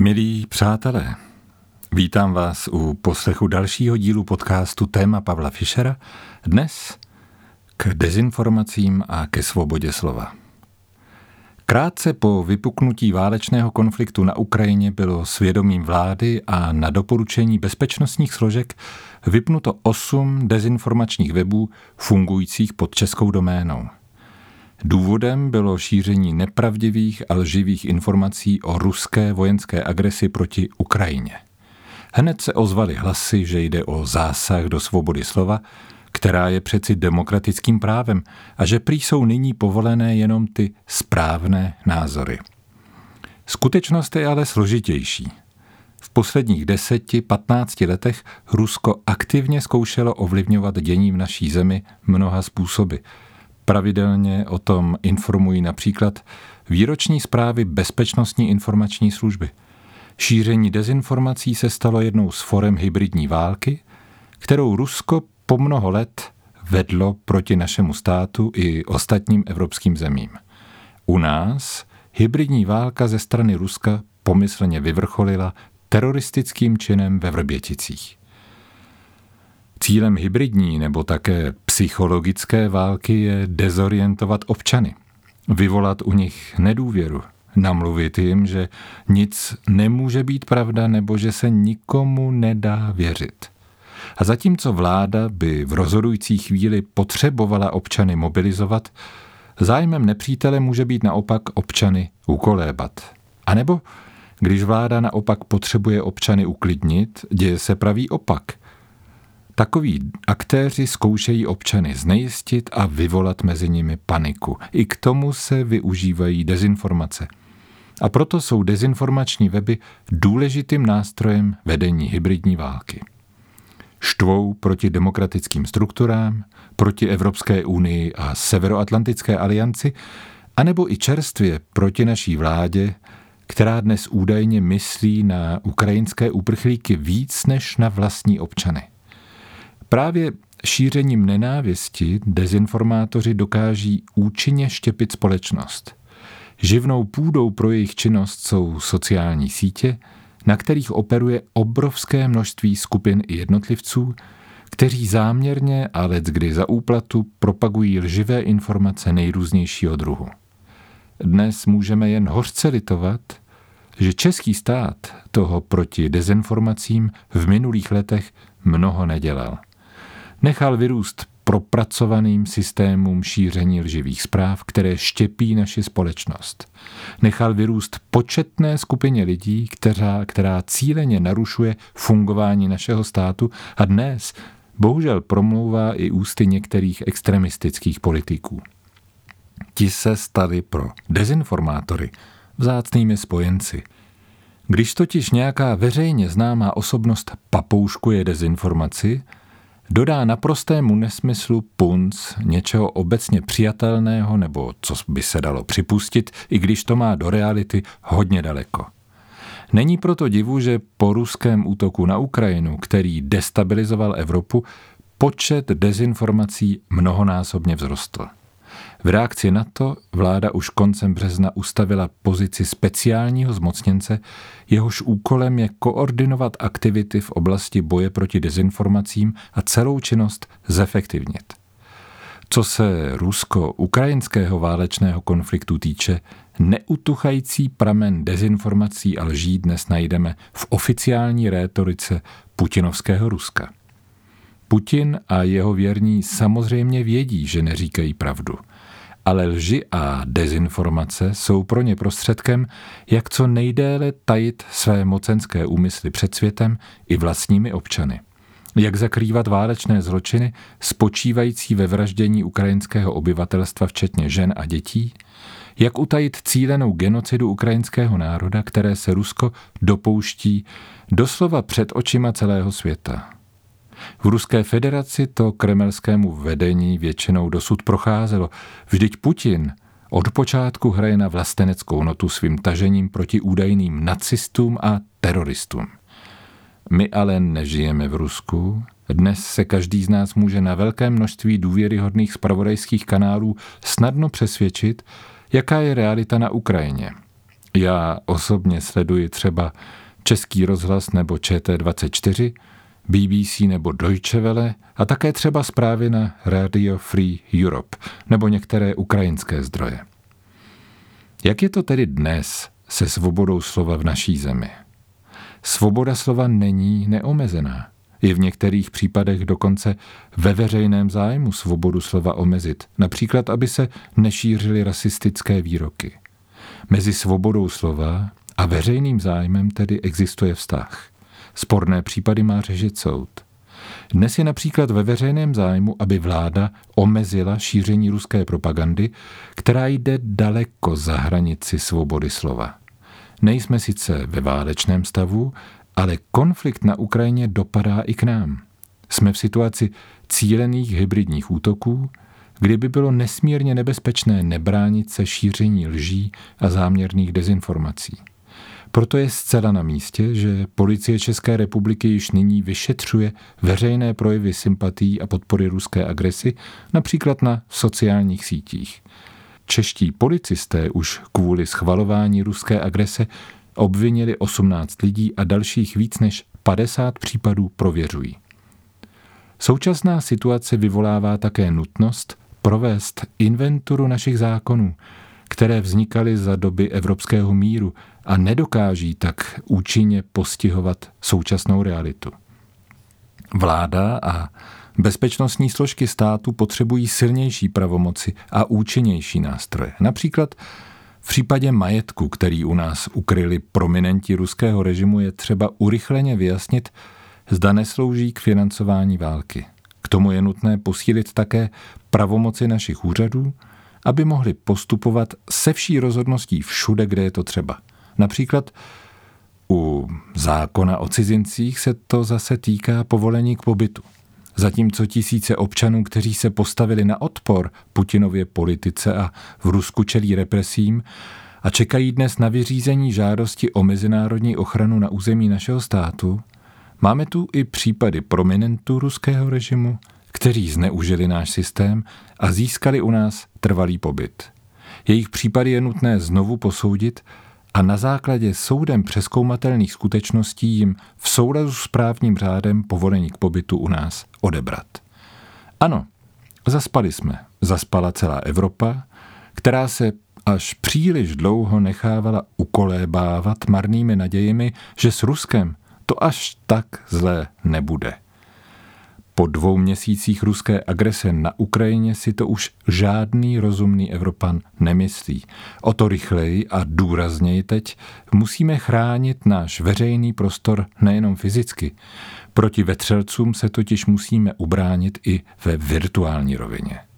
Milí přátelé, vítám vás u poslechu dalšího dílu podcastu Téma Pavla Fischera, dnes k dezinformacím a ke svobodě slova. Krátce po vypuknutí válečného konfliktu na Ukrajině bylo svědomím vlády a na doporučení bezpečnostních složek vypnuto 8 dezinformačních webů fungujících pod českou doménou. Důvodem bylo šíření nepravdivých a lživých informací o ruské vojenské agresi proti Ukrajině. Hned se ozvaly hlasy, že jde o zásah do svobody slova, která je přeci demokratickým právem a že prý jsou nyní povolené jenom ty správné názory. Skutečnost je ale složitější. V posledních 10-15 letech Rusko aktivně zkoušelo ovlivňovat dění v naší zemi mnoha způsoby. Pravidelně o tom informují například výroční zprávy Bezpečnostní informační služby. Šíření dezinformací se stalo jednou z forem hybridní války, kterou Rusko po mnoho let vedlo proti našemu státu i ostatním evropským zemím. U nás hybridní válka ze strany Ruska pomyslně vyvrcholila teroristickým činem ve Vrběticích. Cílem hybridní nebo také psychologické války je dezorientovat občany, vyvolat u nich nedůvěru, namluvit jim, že nic nemůže být pravda nebo že se nikomu nedá věřit. A zatímco vláda by v rozhodující chvíli potřebovala občany mobilizovat, zájmem nepřítele může být naopak občany ukolébat. A nebo když vláda naopak potřebuje občany uklidnit, děje se pravý opak. Takoví aktéři zkoušejí občany znejistit a vyvolat mezi nimi paniku. I k tomu se využívají dezinformace. A proto jsou dezinformační weby důležitým nástrojem vedení hybridní války. Štvou proti demokratickým strukturám, proti Evropské unii a Severoatlantické alianci, anebo i čerstvě proti naší vládě, která dnes údajně myslí na ukrajinské uprchlíky víc než na vlastní občany. Právě šířením nenávisti dezinformátoři dokáží účinně štěpit společnost. Živnou půdou pro jejich činnost jsou sociální sítě, na kterých operuje obrovské množství skupin i jednotlivců, kteří záměrně a leckdy za úplatu propagují lživé informace nejrůznějšího druhu. Dnes můžeme jen hořce litovat, že český stát toho proti dezinformacím v minulých letech mnoho nedělal. Nechal vyrůst propracovaným systémům šíření lživých zpráv, které štěpí naši společnost. Nechal vyrůst početné skupině lidí, která cíleně narušuje fungování našeho státu a dnes bohužel promlouvá i ústy některých extremistických politiků. Ti se stali pro dezinformátory vzácnými spojenci. Když totiž nějaká veřejně známá osobnost papouškuje dezinformaci, dodá naprostému nesmyslu punc něčeho obecně přijatelného nebo co by se dalo připustit, i když to má do reality hodně daleko. Není proto divu, že po ruském útoku na Ukrajinu, který destabilizoval Evropu, počet dezinformací mnohonásobně vzrostl. V reakci na to vláda už koncem března ustavila pozici speciálního zmocněnce, jehož úkolem je koordinovat aktivity v oblasti boje proti dezinformacím a celou činnost zefektivnit. Co se rusko-ukrajinského válečného konfliktu týče, neutuchající pramen dezinformací a lží dnes najdeme v oficiální rétorice putinovského Ruska. Putin a jeho věrní samozřejmě vědí, že neříkají pravdu. Ale lži a dezinformace jsou pro ně prostředkem, jak co nejdéle tajit své mocenské úmysly před světem i vlastními občany. Jak zakrývat válečné zločiny spočívající ve vraždění ukrajinského obyvatelstva včetně žen a dětí, jak utajit cílenou genocidu ukrajinského národa, které se Rusko dopouští doslova před očima celého světa. V Ruské federaci to kremelskému vedení většinou dosud procházelo. Vždyť Putin od počátku hraje na vlasteneckou notu svým tažením proti údajným nacistům a teroristům. My ale nežijeme v Rusku. Dnes se každý z nás může na velké množství důvěryhodných zpravodajských kanálů snadno přesvědčit, jaká je realita na Ukrajině. Já osobně sleduji třeba Český rozhlas nebo ČT24, BBC nebo Deutsche Welle a také třeba zprávy na Radio Free Europe nebo některé ukrajinské zdroje. Jak je to tedy dnes se svobodou slova v naší zemi? Svoboda slova není neomezená. Je v některých případech dokonce ve veřejném zájmu svobodu slova omezit, například aby se nešířily rasistické výroky. Mezi svobodou slova a veřejným zájmem tedy existuje vztah. Sporné případy má řešit soud. Dnes je například ve veřejném zájmu, aby vláda omezila šíření ruské propagandy, která jde daleko za hranici svobody slova. Nejsme sice ve válečném stavu, ale konflikt na Ukrajině dopadá i k nám. Jsme v situaci cílených hybridních útoků, kdy by bylo nesmírně nebezpečné nebránit se šíření lží a záměrných dezinformací. Proto je zcela na místě, že Policie České republiky již nyní vyšetřuje veřejné projevy sympatií a podpory ruské agresi, například na sociálních sítích. Čeští policisté už kvůli schvalování ruské agrese obvinili 18 lidí a dalších víc než 50 případů prověřují. Současná situace vyvolává také nutnost provést inventuru našich zákonů, které vznikaly za doby evropského míru a nedokáží tak účinně postihovat současnou realitu. Vláda a bezpečnostní složky státu potřebují silnější pravomoci a účinnější nástroje. Například v případě majetku, který u nás ukryli prominenti ruského režimu, je třeba urychleně vyjasnit, zda neslouží k financování války. K tomu je nutné posílit také pravomoci našich úřadů, aby mohli postupovat se vší rozhodností všude, kde je to třeba. Například u zákona o cizincích se to zase týká povolení k pobytu. Zatímco tisíce občanů, kteří se postavili na odpor Putinově politice a v Rusku čelí represím a čekají dnes na vyřízení žádosti o mezinárodní ochranu na území našeho státu, máme tu i případy prominentů ruského režimu, kteří zneužili náš systém a získali u nás trvalý pobyt. Jejich případy je nutné znovu posoudit a na základě soudem přezkoumatelných skutečností jim v souladu s právním řádem povolení k pobytu u nás odebrat. Ano, zaspali jsme. Zaspala celá Evropa, která se až příliš dlouho nechávala ukolébávat marnými nadějemi, že s Ruskem to až tak zlé nebude. Po 2 měsících ruské agrese na Ukrajině si to už žádný rozumný Evropan nemyslí. O to rychleji a důrazněji teď musíme chránit náš veřejný prostor nejenom fyzicky. Proti vetřelcům se totiž musíme ubránit i ve virtuální rovině.